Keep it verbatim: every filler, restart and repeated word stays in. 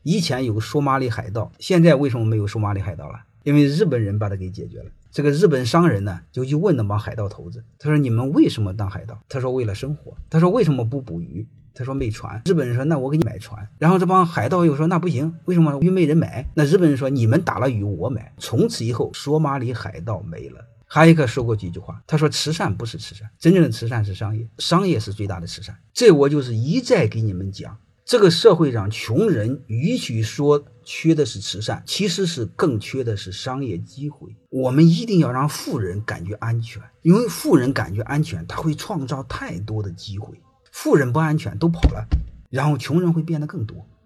以前有个索马里海盗，现在为什么没有索马里海盗了？因为日本人把它给解决了。这个日本商人呢，就去问那帮海盗头子，他说你们为什么当海盗？他说为了生活。他说为什么不捕鱼？他说没船。日本人说那我给你买船。然后这帮海盗又说那不行，为什么鱼没人买？那日本人说你们打了鱼我买。从此以后索马里海盗没了。哈耶克说过几句话，他说慈善不是慈善，真正的慈善是商业，商业是最大的慈善。这我就是一再给你们讲，这个社会上穷人与其说缺的是慈善，其实是更缺的是商业机会。我们一定要让富人感觉安全，因为富人感觉安全，他会创造太多的机会。富人不安全都跑了，然后穷人会变得更多。